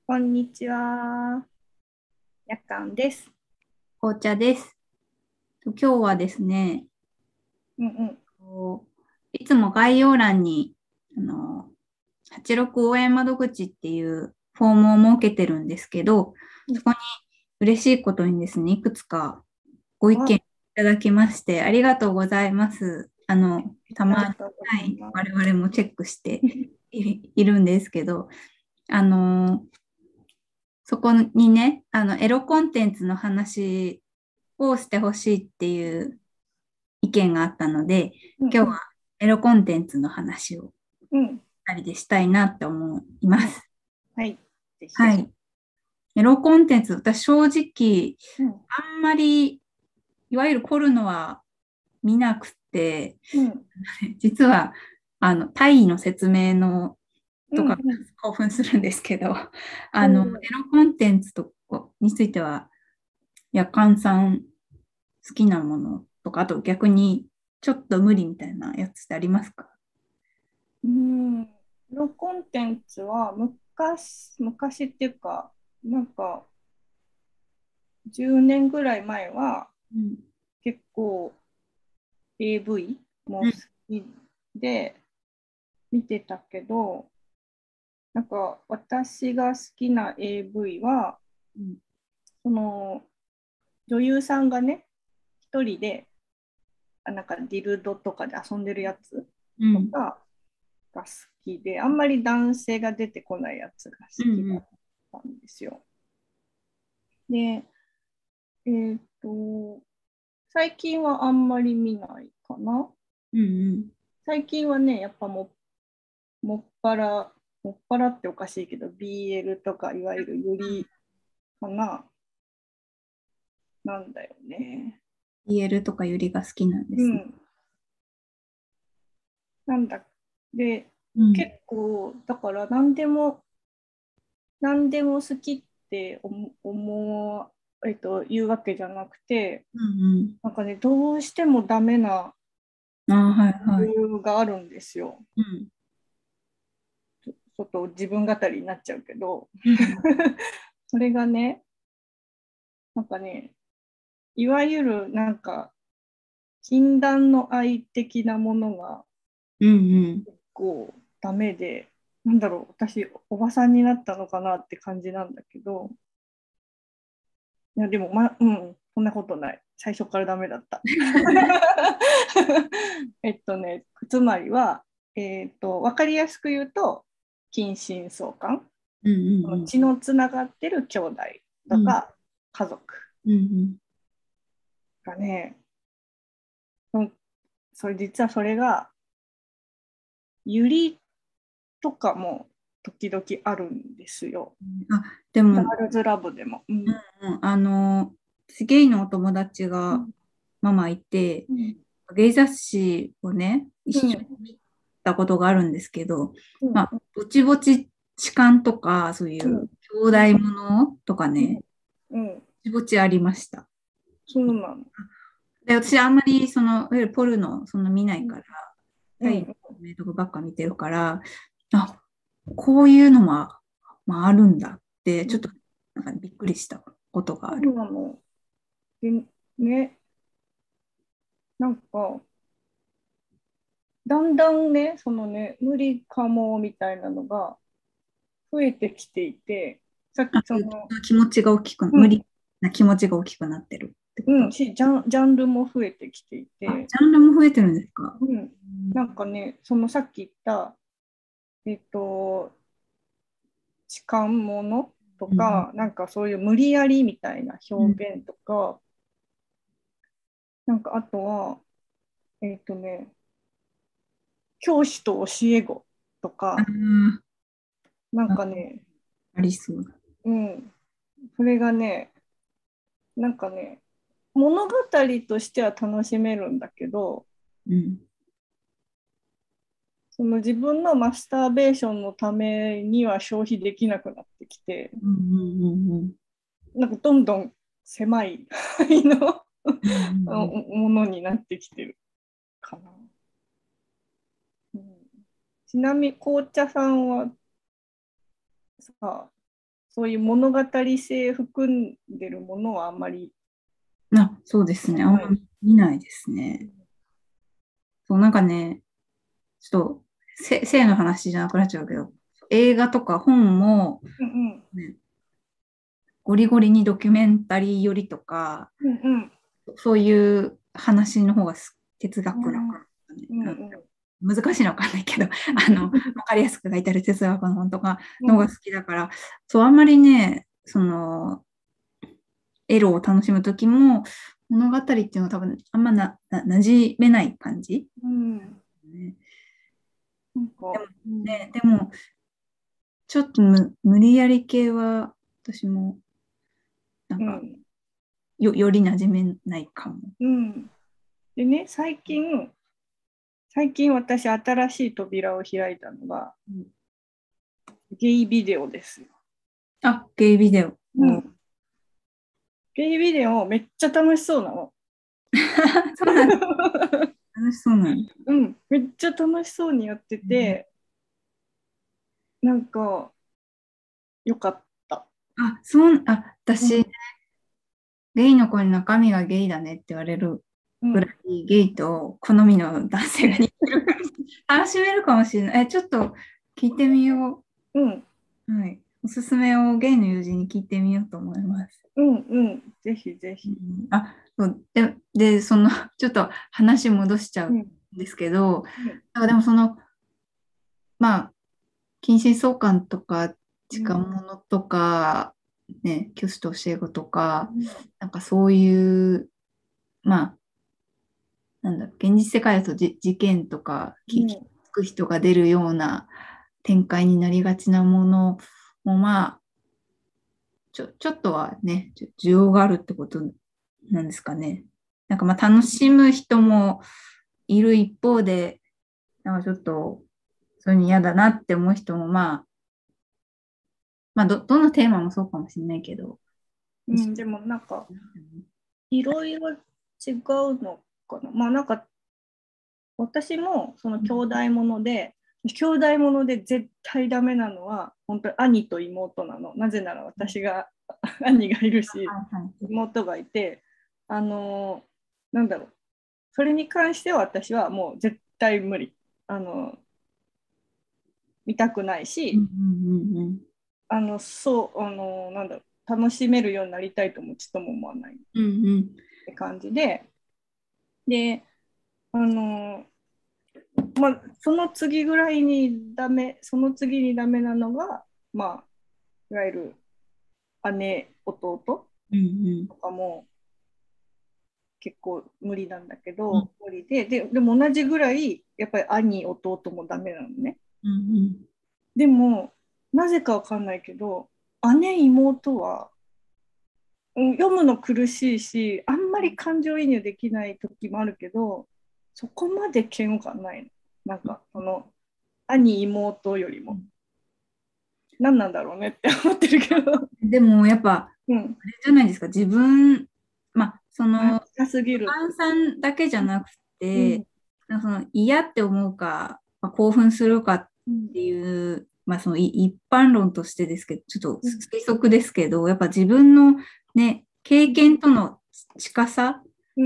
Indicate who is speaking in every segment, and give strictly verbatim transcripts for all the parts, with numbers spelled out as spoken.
Speaker 1: こんにちは。やかんです。
Speaker 2: 紅茶です。今日はですね、
Speaker 1: うんうん。
Speaker 2: こういつも概要欄に、あの、はちじゅうろく応援窓口っていうフォームを設けてるんですけど、
Speaker 1: うん。
Speaker 2: そこに嬉しいことにですね、いくつかご意見
Speaker 1: あ、
Speaker 2: いただきまして、ありがとうございます。あの、たまに、
Speaker 1: ありがとうござ
Speaker 2: はい、
Speaker 1: います。
Speaker 2: 我々もチェックしてい、いるんですけど、あの、そこにね、あの、エロコンテンツの話をしてほしいっていう意見があったので、今日は
Speaker 1: うんうん。
Speaker 2: エロコンテンツの話を
Speaker 1: うん。
Speaker 2: 二人でしたいなって思いま
Speaker 1: うん。
Speaker 2: す。
Speaker 1: はい。ぜひぜひ。
Speaker 2: はい。エロコンテンツ、私正直、
Speaker 1: うん。
Speaker 2: あんまり、いわゆる凝るのは見なくて、
Speaker 1: うん。
Speaker 2: 実は、あの、大意の説明のとか
Speaker 1: うんうん。
Speaker 2: 興奮するんですけど、あの、エ
Speaker 1: おー。
Speaker 2: ロコンテンツとかについては、やかんさん好きなものとか、あと逆にちょっと無理みたいなやつってありますか？
Speaker 1: うん。のコンテンツは昔、昔っていうか、なんかじゅうねんぐらい前は
Speaker 2: うん。
Speaker 1: 結構 エーブイ も好
Speaker 2: うん。
Speaker 1: きで見てたけど、なんか私が好きな エーブイ は、
Speaker 2: うん。
Speaker 1: その女優さんがね、一人で、あなんかディルドとかで遊んでるやつ
Speaker 2: うん。
Speaker 1: とかが好きで、あんまり男性が出てこないやつが好
Speaker 2: うん。
Speaker 1: きだったんですよ。で、えっと、最近はあんまり見ないかな。
Speaker 2: うん。
Speaker 1: 最近はね、やっぱも、もっぱら、もっぱらっておかしいけど、ビーエル とか、いわゆるユリかな、なんだよね。
Speaker 2: イエルとかユリが好きなんですね。
Speaker 1: うん。なんだ。で、
Speaker 2: うん。
Speaker 1: 結構、だから何でも、何でも好きって思思う、えっと、言うわけじゃなくて、
Speaker 2: うん
Speaker 1: なんかね、どうしてもダメな
Speaker 2: うん。ああ、はいはい。
Speaker 1: 理由があるんですよ。
Speaker 2: うん。
Speaker 1: ちょちょっと自分語りになっちゃうけど、
Speaker 2: うん。
Speaker 1: それがね、なんかね、いわゆるなんか、禁断の愛的なものが
Speaker 2: うんうん。
Speaker 1: こうダメで、なんだろう、私、おばさんになったのかなって感じなんだけど、いや、でも、ま、うん、そんなことない。最初からダメだった。えっとね、つまりは、えっと、わかりやすく言うと、近親相関、
Speaker 2: うんうん
Speaker 1: 血のつながってる兄弟
Speaker 2: うん。うん
Speaker 1: とか家族
Speaker 2: うん。
Speaker 1: がね、うん、それ実はそれが、ユリとかも時々あるんですよ。
Speaker 2: あ、でも、
Speaker 1: ガールズラブでも。うん。
Speaker 2: うん、あの、ゲイのお友達が
Speaker 1: うん。
Speaker 2: ママいて、
Speaker 1: うん。
Speaker 2: ゲイ雑誌をね、一
Speaker 1: うん。
Speaker 2: 緒に見たことがあるんですけど、
Speaker 1: うん。
Speaker 2: まあ、ぼちぼち痴漢とか、そうい
Speaker 1: うん。
Speaker 2: う兄弟ものとか
Speaker 1: うん。
Speaker 2: ね、
Speaker 1: うん。
Speaker 2: ぼちぼちありました。
Speaker 1: そうなの。
Speaker 2: で、私あんまりその、いわゆるポルノ、そんな見ないから、タイ
Speaker 1: うん。
Speaker 2: のとこばっか見てるから、あ、こういうのも、まあ、あるんだって、
Speaker 1: うん。
Speaker 2: ちょっとなんかびっくりしたことが
Speaker 1: そう
Speaker 2: ある。
Speaker 1: なの。で、ね、なんか、だんだんね、そのね、無理かもみたいなのが増えてきていて、さっき
Speaker 2: あ、
Speaker 1: その、
Speaker 2: 気持ちが大きく、
Speaker 1: うん、
Speaker 2: 無理な気持ちが大きくなってるってこ
Speaker 1: うん、
Speaker 2: と。
Speaker 1: し、ジャン、ジャンルも増えてきてい
Speaker 2: あ、
Speaker 1: て、
Speaker 2: ジャンルも増えてるんですか？
Speaker 1: うん、なんかね、そのさっき言った、えっと、痴漢ものと
Speaker 2: うん。
Speaker 1: か、なんかそういう無理やりみたいな
Speaker 2: うん。
Speaker 1: 表現とか、なんかあとは、えっとね、教師と教え子とか、
Speaker 2: あ
Speaker 1: なん
Speaker 2: ーあ、
Speaker 1: かね、
Speaker 2: ありそうだ。
Speaker 1: うん、それがね、なんかね、物語としては楽しめるんだけど、
Speaker 2: うん。
Speaker 1: その自分のマスターベーションのためには消費できなくなってきて、
Speaker 2: うんうんうんうん。
Speaker 1: なんかどんどん狭い範囲の
Speaker 2: うんうんうん。
Speaker 1: ものになってきてるかな。うん、ちなみに紅茶さんはさ、 そういう物語性含んでるものはあんまり
Speaker 2: あ、そうですね。あんま
Speaker 1: ない。
Speaker 2: 見ないですね。そう、なんかね、ちょっと、せ性の話じゃなくなっちゃうけど、映画とか本も、
Speaker 1: うん
Speaker 2: ね、ゴリゴリにドキュメンタリー寄りとか、
Speaker 1: うんうん
Speaker 2: そういう話の方がす哲学の、
Speaker 1: うん
Speaker 2: ね、
Speaker 1: うん
Speaker 2: なんか
Speaker 1: うん
Speaker 2: 難しいのかわかんないけど、
Speaker 1: うん
Speaker 2: あの、わかりやすく書いてある哲学の本とかの方が
Speaker 1: うん
Speaker 2: 好きだから、そう、あんまりね、その、エロを楽しむときも、物語っていうのは多分あんまな、な、馴染めない感じ、
Speaker 1: うん
Speaker 2: ね。
Speaker 1: なんか、う
Speaker 2: ね、
Speaker 1: ん
Speaker 2: でも、ちょっとむ無理やり系は、私も、なんか、
Speaker 1: うん
Speaker 2: よ、より馴染めないかも。
Speaker 1: うんでね、最近、最近私新しい扉を開いたのが
Speaker 2: うん、
Speaker 1: ゲイビデオですよ。
Speaker 2: あ、ゲイビデオ。おー。
Speaker 1: うん。ゲイビデオめっちゃ楽しそうなの。
Speaker 2: そうなんだ。楽しそうなんだ。
Speaker 1: うん、めっちゃ楽しそうにやって
Speaker 2: うん、
Speaker 1: て、なんかよかった。
Speaker 2: あ、そう、あ、私、
Speaker 1: うん、
Speaker 2: ゲイの子に中身がゲイだねって言われるぐら
Speaker 1: うん、
Speaker 2: い、ゲイと好みの男性が似てるから、楽しめるかもしれない。え、ちょっと聞いてみよ
Speaker 1: うん、
Speaker 2: う。はい。おすすめをゲイの友人に聞いてみようと思います。
Speaker 1: うん、うん、ぜひぜひ。
Speaker 2: うん、あ、そうで、で、その、ちょっと話戻しちゃうん
Speaker 1: うん、
Speaker 2: ですけど、
Speaker 1: うん、
Speaker 2: なんかでもその、まあ、近親相関とか、近
Speaker 1: うん、
Speaker 2: 物とか、ね、教師と教え子とか、
Speaker 1: うん、
Speaker 2: なんかそういう、まあ、なんだろう、現実世界だとじ事件とか、ききつく人が出るような展開になりがちなものも、まあ、ちょ、ちょっとはね、じゅ需要があるってことなんですかね。なんかまあ楽しむ人もいる一方で、なんかちょっと、そういうの嫌だなって思う人もまあ、まあど、どのテーマもそうかもしれないけど、
Speaker 1: うん、でもなんかいろいろ違うのかな。まあなんか私もその兄弟もので、兄弟もので絶対ダメなのは本当に兄と妹なの。なぜなら私が兄がいるし
Speaker 2: はいはい。
Speaker 1: 妹がいて、あのなんだろう、それに関しては私はもう絶対無理。あの見たくないし、
Speaker 2: うんうんうんうん。
Speaker 1: あのそうあのなんだろう、楽しめるようになりたいともちっとも思わないっ
Speaker 2: うんうん。
Speaker 1: て感じで、で、あのまあ、その次ぐらいにダメ、その次にダメなのが、まあ、いわゆる姉、弟
Speaker 2: うんうん。
Speaker 1: とかも結構無理なんだけ
Speaker 2: うん
Speaker 1: ど、無理で、で、でも同じぐらい、やっぱり兄、弟もダメなのね。
Speaker 2: うん。
Speaker 1: でも、なぜかわかんないけど、姉、妹は、うん、読むの苦しいし、あんまり感情移入できない時もあるけど、そこまで嫌悪感ないの。なんか、その、兄、妹よりも。何なんだろうねって思ってるけど。
Speaker 2: でもやっぱ、あ
Speaker 1: うん。
Speaker 2: れじゃないですか、自分、まあ、そ
Speaker 1: あ、
Speaker 2: の、
Speaker 1: 近すぎる。
Speaker 2: 炭酸だけじゃなくて、
Speaker 1: うん。
Speaker 2: なんかその嫌って思うか、まあ、興奮するかっ
Speaker 1: うん。
Speaker 2: ていう、まあ、そのい一般論としてですけど、ちょっと
Speaker 1: うん。
Speaker 2: 推測ですけど、やっぱ自分のね、経験との近さ
Speaker 1: うん。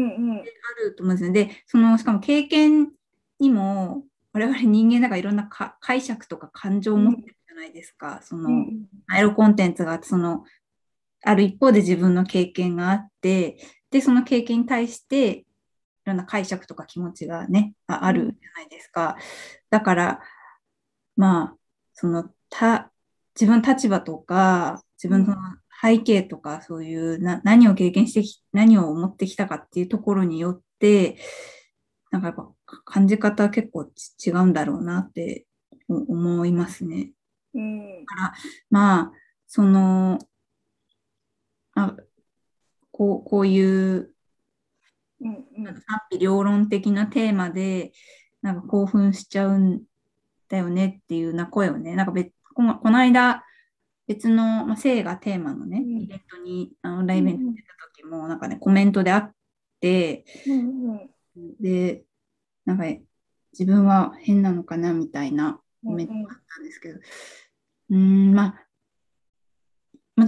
Speaker 2: あると思うんですよね。で、その、しかも経験にも、我々人間だからいろんなか解釈とか感情を
Speaker 1: うん。
Speaker 2: 持ってるじゃないですか。その、
Speaker 1: うん。
Speaker 2: エロコンテンツがあって、その、ある一方で自分の経験があって、で、その経験に対して、いろんな解釈とか気持ちがね、あ、あ
Speaker 1: うん。
Speaker 2: るじゃないですか。だから、まあ、その、た、自分の立場とか、自分の
Speaker 1: うん。
Speaker 2: 背景とか、そういうな、何を経験してき、何を思ってきたかっていうところによって、なんかやっぱ感じ方は結構違うんだろうなって思いますね。
Speaker 1: うん。
Speaker 2: だから、まあ、その、あ、こう、こういう
Speaker 1: うん。うん。
Speaker 2: 賛否両論的なテーマで、なんか興奮しちゃうんだよねっていうような声をね、なんか別、この、この間、別の、まあ、性がテーマのね、イ
Speaker 1: うん。
Speaker 2: ベントに、あの、ラ
Speaker 1: うん。
Speaker 2: イブに出た時も、なんかね、コメントであって、
Speaker 1: うん。うん。
Speaker 2: で、なんか自分は変なのかなみたいな
Speaker 1: うん。
Speaker 2: コメントがあったんですけど、うーん、まあ、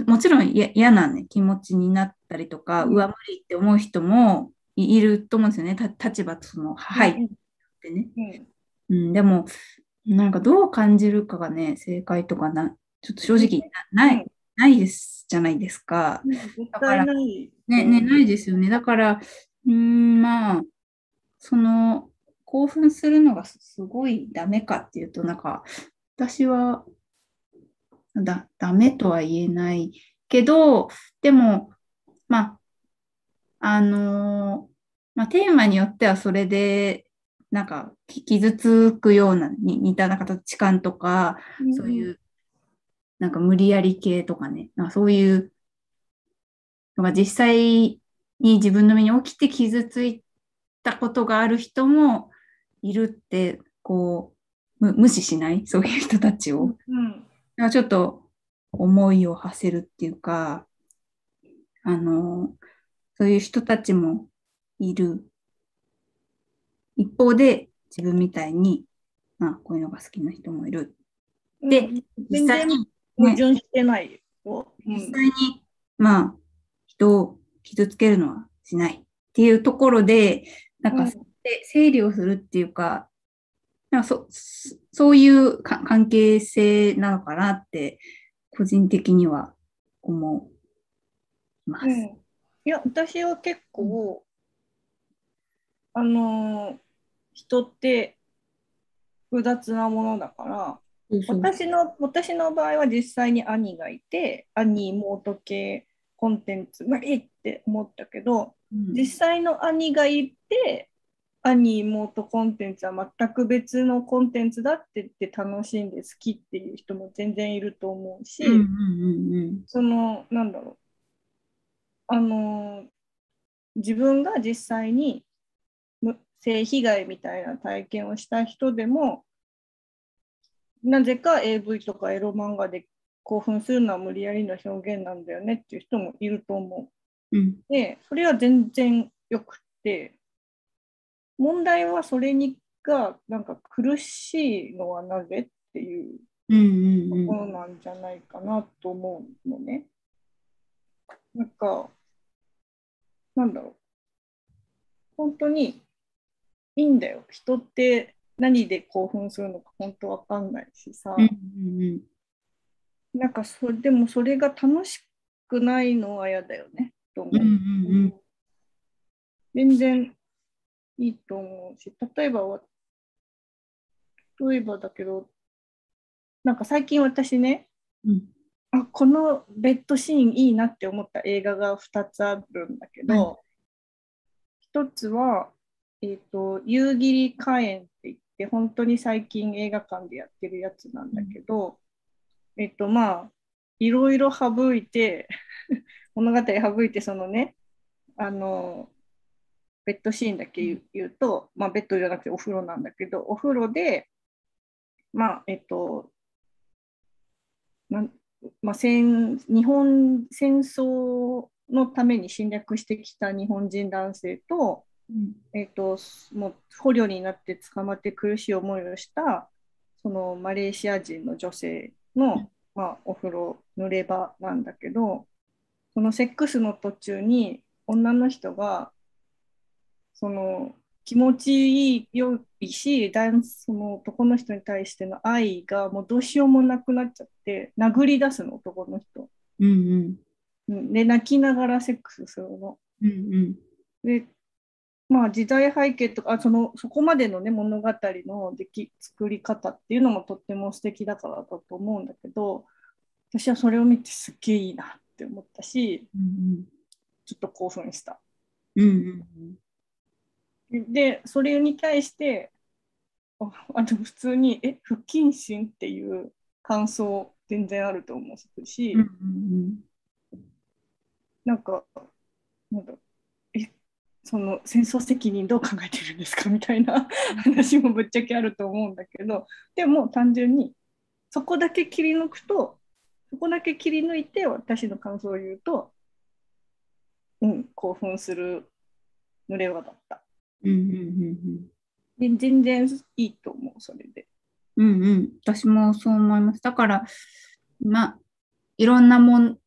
Speaker 2: もちろんや嫌な、ね、気持ちになったりとか、
Speaker 1: うん
Speaker 2: うわ、無理って思う人もい、いると思うんですよね。た立場とその、はいっ
Speaker 1: うん
Speaker 2: てね。
Speaker 1: うん
Speaker 2: うん、でも、なんかどう感じるかがね、正解とかな、ちょっと正
Speaker 1: うん
Speaker 2: 直な、ない、
Speaker 1: うん
Speaker 2: ないですじゃないですか。
Speaker 1: うん絶
Speaker 2: だから、
Speaker 1: 対ないと
Speaker 2: ね、ね、
Speaker 1: 思う。
Speaker 2: ないですよね。だから、うーん、まあ、その、興奮するのがすすごいダメかっていうと、なんか、私はだ、ダメとは言えないけど、でも、まあ、あのーまあ、テーマによってはそれで、なんか、き傷つくような、に似た形感とか、そう
Speaker 1: うん
Speaker 2: いうなんか無理やり系とかね、なんかそういうのが実際に自分の身に起きて傷ついたことがある人もいるって、こう、む無視しないそういう人たちを。
Speaker 1: うんうん
Speaker 2: なんかちょっと思いを馳せるっていうか、あの、そういう人たちもいる。一方で自分みたいに、まあ、こういうのが好きな人もいる。で、
Speaker 1: うん
Speaker 2: 実
Speaker 1: 全然
Speaker 2: 際にね、
Speaker 1: 矛盾してないよ。う
Speaker 2: 実
Speaker 1: ん
Speaker 2: 際に、まあ、人を傷つけるのはしないっていうところで、なんか、
Speaker 1: うん
Speaker 2: で整理をするっていうか、なんかそ、そういうか関係性なのかなって、個人的には思います。
Speaker 1: うんいや、私は結
Speaker 2: うん、
Speaker 1: 構、あのー人って複雑なものだから、
Speaker 2: そうそう。
Speaker 1: 私の、私の場合は実際に兄がいて、兄、妹系コンテンツがいいって思ったけど、
Speaker 2: うん。
Speaker 1: 実際の兄がいて、兄、妹コンテンツは全く別のコンテンツだって言って楽しんで好きっていう人も全然いると思う
Speaker 2: うんうん
Speaker 1: し、
Speaker 2: うんうん。
Speaker 1: その、なんだろう、あのー自分が実際に性被害みたいな体験をした人でも、なぜか エーブイ とかエロ漫画で興奮するのは無理やりの表現なんだよねっていう人もいると思
Speaker 2: うん。
Speaker 1: う。で、それは全然よくって、問題はそれにがなんか苦しいのはなぜっていう
Speaker 2: うんうんうん。
Speaker 1: ところなんじゃないかなと思うのね。なんか、なんだろう、本当にいいんだよ。人って何で興奮するのか本当わかんないし
Speaker 2: うん
Speaker 1: さ。
Speaker 2: うんうん。
Speaker 1: なんかそれ、でもそれが楽しくないのは嫌だよね、と
Speaker 2: うんう
Speaker 1: 思う。
Speaker 2: ん
Speaker 1: 全然いいと思うし、例えば、例えばだけど、なんか最近私ね、
Speaker 2: うん。
Speaker 1: あ、このベッドシーンいいなって思った映画がふたつあるんだけ
Speaker 2: はい。
Speaker 1: ど、ひとつは、えっと、夕霧花園って言って、本当に最近映画館でやってるやつなんだ
Speaker 2: うん
Speaker 1: けど、えっと、まあ、いろいろ省いて、物語省いて、そのね、あの、ベッドシーンだけ言う言うと、まあ、ベッドじゃなくてお風呂なんだけど、お風呂で、まあ、えっと、なんまあ、戦日本戦争のために侵略してきた日本人男性と、
Speaker 2: うん
Speaker 1: えっと、もう捕虜になって捕まって苦しい思いをしたそのマレーシア人の女性の、まあ、お風呂濡れ場なんだけど、そのセックスの途中に女の人がその気持ちいいよいし、男その男の人に対しての愛がもうどうしようもなくなっちゃって殴り出すの、男の人。
Speaker 2: うん
Speaker 1: で、泣きながらセックスするの。
Speaker 2: うんうん
Speaker 1: で、まあ、時代背景とか、あそのそこまでの、ね、物語のでき作り方っていうのもとっても素敵だからだと思うんだけど、私はそれを見てすっげえいいなって思ったし、
Speaker 2: うん
Speaker 1: ちょっと興奮した。
Speaker 2: うんうん
Speaker 1: で、それに対して、ああの普通に、え、不謹慎っていう感想全然あると思う
Speaker 2: うんう
Speaker 1: し、
Speaker 2: ん
Speaker 1: なんか、なんだえ、その戦争責任どう考えてるんですかみたいな話もぶっちゃけあると思うんだけど、でも単純にそこだけ切り抜くと、そこだけ切り抜いて私の感想を言うと、うん、興奮する濡れ場だった。
Speaker 2: うんうん
Speaker 1: で全然いいと思う、それで。
Speaker 2: うんうん。私もそう思います。だから、まあ、いろんなもん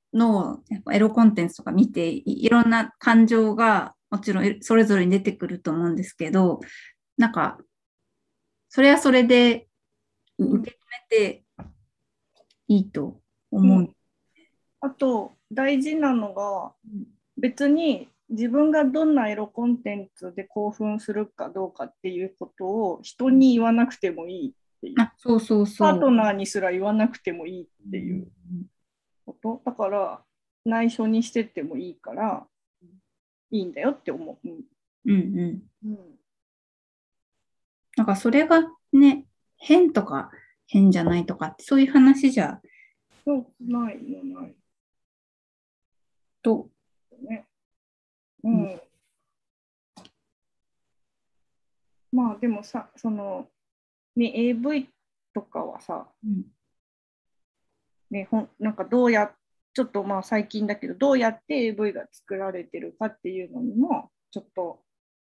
Speaker 2: のやっぱエロコンテンツとか見て、いいろんな感情がもちろんそれぞれに出てくると思うんですけど、なんか、それはそれで
Speaker 1: うん
Speaker 2: 受け止めていいと思う。
Speaker 1: うん、あと大事なのが、別に自分がどんなエロコンテンツで興奮するかどうかっていうことを人に言わなくてもいいっていう、
Speaker 2: あ、そうそう
Speaker 1: パー
Speaker 2: そう。
Speaker 1: トナーにすら言わなくてもいいっ
Speaker 2: うん、
Speaker 1: ていうことだから、内緒にしてってもいいからいいんだよって思う。うん
Speaker 2: うんうん。
Speaker 1: うん、
Speaker 2: なんかそれがね、変とか変じゃないとかってそういう話じゃ
Speaker 1: そうないのない
Speaker 2: と、
Speaker 1: ね。う
Speaker 2: うん、
Speaker 1: ん、まあでもさ、その、ね、エーブイ とかはさ、
Speaker 2: うん、
Speaker 1: ね、ほんなんかどうやちょっとまあ最近だけど、どうやって エーブイ が作られてるかっていうのにもちょっと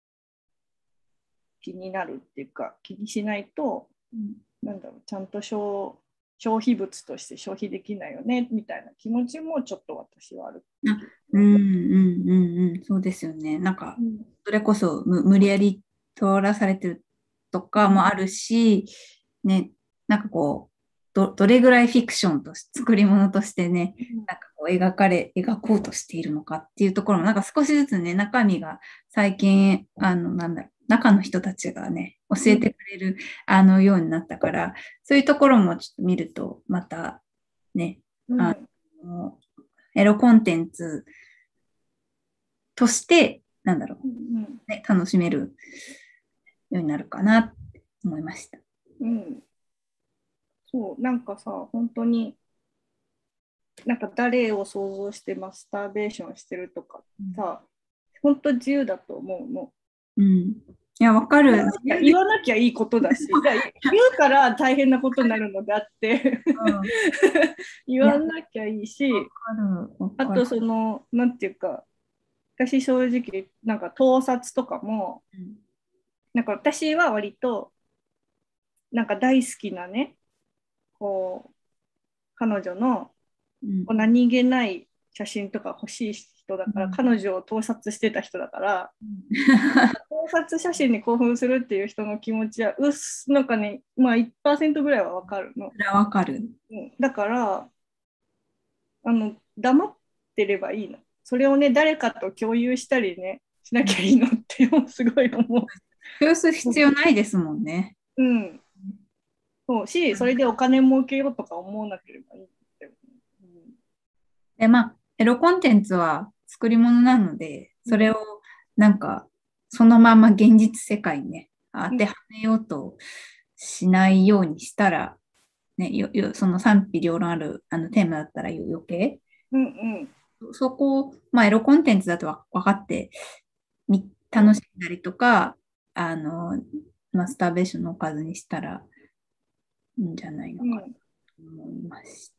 Speaker 1: 気になるっていうか、気にしないと、
Speaker 2: うん、
Speaker 1: なんだろう、ちゃんと消消費物として消費できないよねみたいな気持ちもちょっと私はある
Speaker 2: あ、
Speaker 1: け
Speaker 2: うん、
Speaker 1: どね。
Speaker 2: うん、うん、うん、そうですよね。なんか、
Speaker 1: うん、
Speaker 2: それこそ無、無理やり通らされてるとかもあるし、ね、なんかこう、ど、どれぐらいフィクションとし、作り物としてね、なんかこう描かれ、描こうとしているのかっていうところも、なんか少しずつね、中身が最近、あの、なんだろう、中の人たちがね、教えてくれる、あの、ようになったから、そういうところもちょっと見ると、また、ね、あ
Speaker 1: うん、
Speaker 2: の、エロコンテンツとして、なんだろ
Speaker 1: うん、
Speaker 2: う、ね、楽しめるようになるかなって思いました。
Speaker 1: うん、そう、なんかさ、本当に、なんか誰を想像してマスターベーションしてるとかさ、本当自由だと思うの。
Speaker 2: うん。いや、わかる。
Speaker 1: 言わなきゃ言わなきゃいいことだし、だ言うから大変なことになるのであって
Speaker 2: うん。
Speaker 1: 言
Speaker 2: いや、わ
Speaker 1: わなきゃいいし、
Speaker 2: かる、わかる。
Speaker 1: あとその、なんていうか、私正直、なんか盗撮とかも、
Speaker 2: うん。
Speaker 1: なんか私は割と、なんか大好きなね、こう、彼女の
Speaker 2: うん。
Speaker 1: こう何気ない写真とか欲しい人だから、
Speaker 2: うん。
Speaker 1: 彼女を盗撮してた人だから、
Speaker 2: うん。
Speaker 1: 盗撮写真に興奮するっていう人の気持ちは、うっす、なんかね、まあいちパーセントぐらいはわかるの。
Speaker 2: それはわかる。
Speaker 1: うん、だから、あの、黙ってればいいの。それをね、誰かと共有したりね、しな
Speaker 2: うん。
Speaker 1: きゃいいのってすごい思
Speaker 2: 教す
Speaker 1: う。
Speaker 2: 必要ないですもんね。
Speaker 1: うん。そうし、それでお金儲けようとか思わなければいいって。
Speaker 2: で、まあ、エロコンテンツは作り物なので、
Speaker 1: うん。
Speaker 2: それをなんか、そのまま現実世界にね、当
Speaker 1: うん。
Speaker 2: てはめようとしないようにしたら、ね、よ、よ、その賛否両論あるあのテーマだったら余計、
Speaker 1: うん。うん。
Speaker 2: そこを、まあ、エロコンテンツだとわ分かってみ、
Speaker 1: そ
Speaker 2: 楽しんだりとか、あの、マスターベーションのおかずにしたらいいんじゃない
Speaker 1: う。
Speaker 2: のか
Speaker 1: うん。
Speaker 2: と思いました。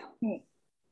Speaker 1: うん。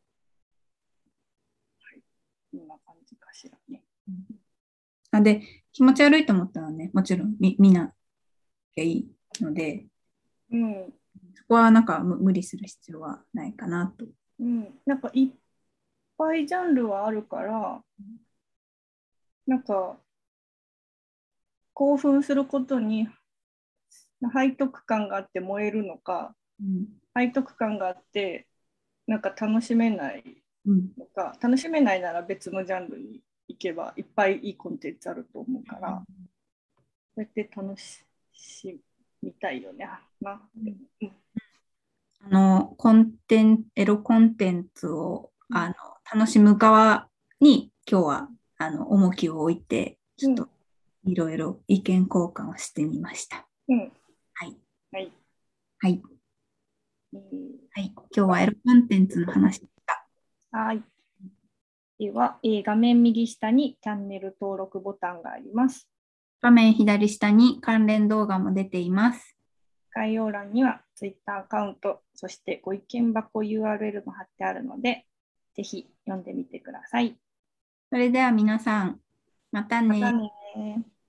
Speaker 1: こんな感じかしらね。
Speaker 2: うん。あ、で、気持ち悪いと思ったらね、もちろん見、見なきゃいいので、
Speaker 1: うん。
Speaker 2: そこはなんか無無理する必要はないかなと。
Speaker 1: うん。なんかいっぱいジャンルはあるから、なんか興奮することに背徳感があって燃えるのか、
Speaker 2: うん。
Speaker 1: 背徳感があってなんか楽しめない
Speaker 2: うん。
Speaker 1: のか、楽しめないなら別のジャンルに行けばいっぱいいいコンテンツあると思うから、そうやって楽しみたいよね。なって。うん。
Speaker 2: あの、コンテン、エロコンテンツを、
Speaker 1: うん。
Speaker 2: あの、楽しむ側に今日は、あの、重きを置いて、ちょっと
Speaker 1: うん。
Speaker 2: いろいろ意見交換をしてみました。
Speaker 1: うん。
Speaker 2: はい。
Speaker 1: はい。
Speaker 2: はい。
Speaker 1: えー
Speaker 2: はい。今日はエロコンテンツの話でした。
Speaker 1: はい。では、えー画面右下にチャンネル登録ボタンがあります。
Speaker 2: 画面左下に関連動画も出ています。
Speaker 1: 概要欄には Twitter アカウント、そしてご意見箱 ユーアールエル も貼ってあるので、ぜひ読んでみてください。
Speaker 2: それでは皆さん、またね。
Speaker 1: またね。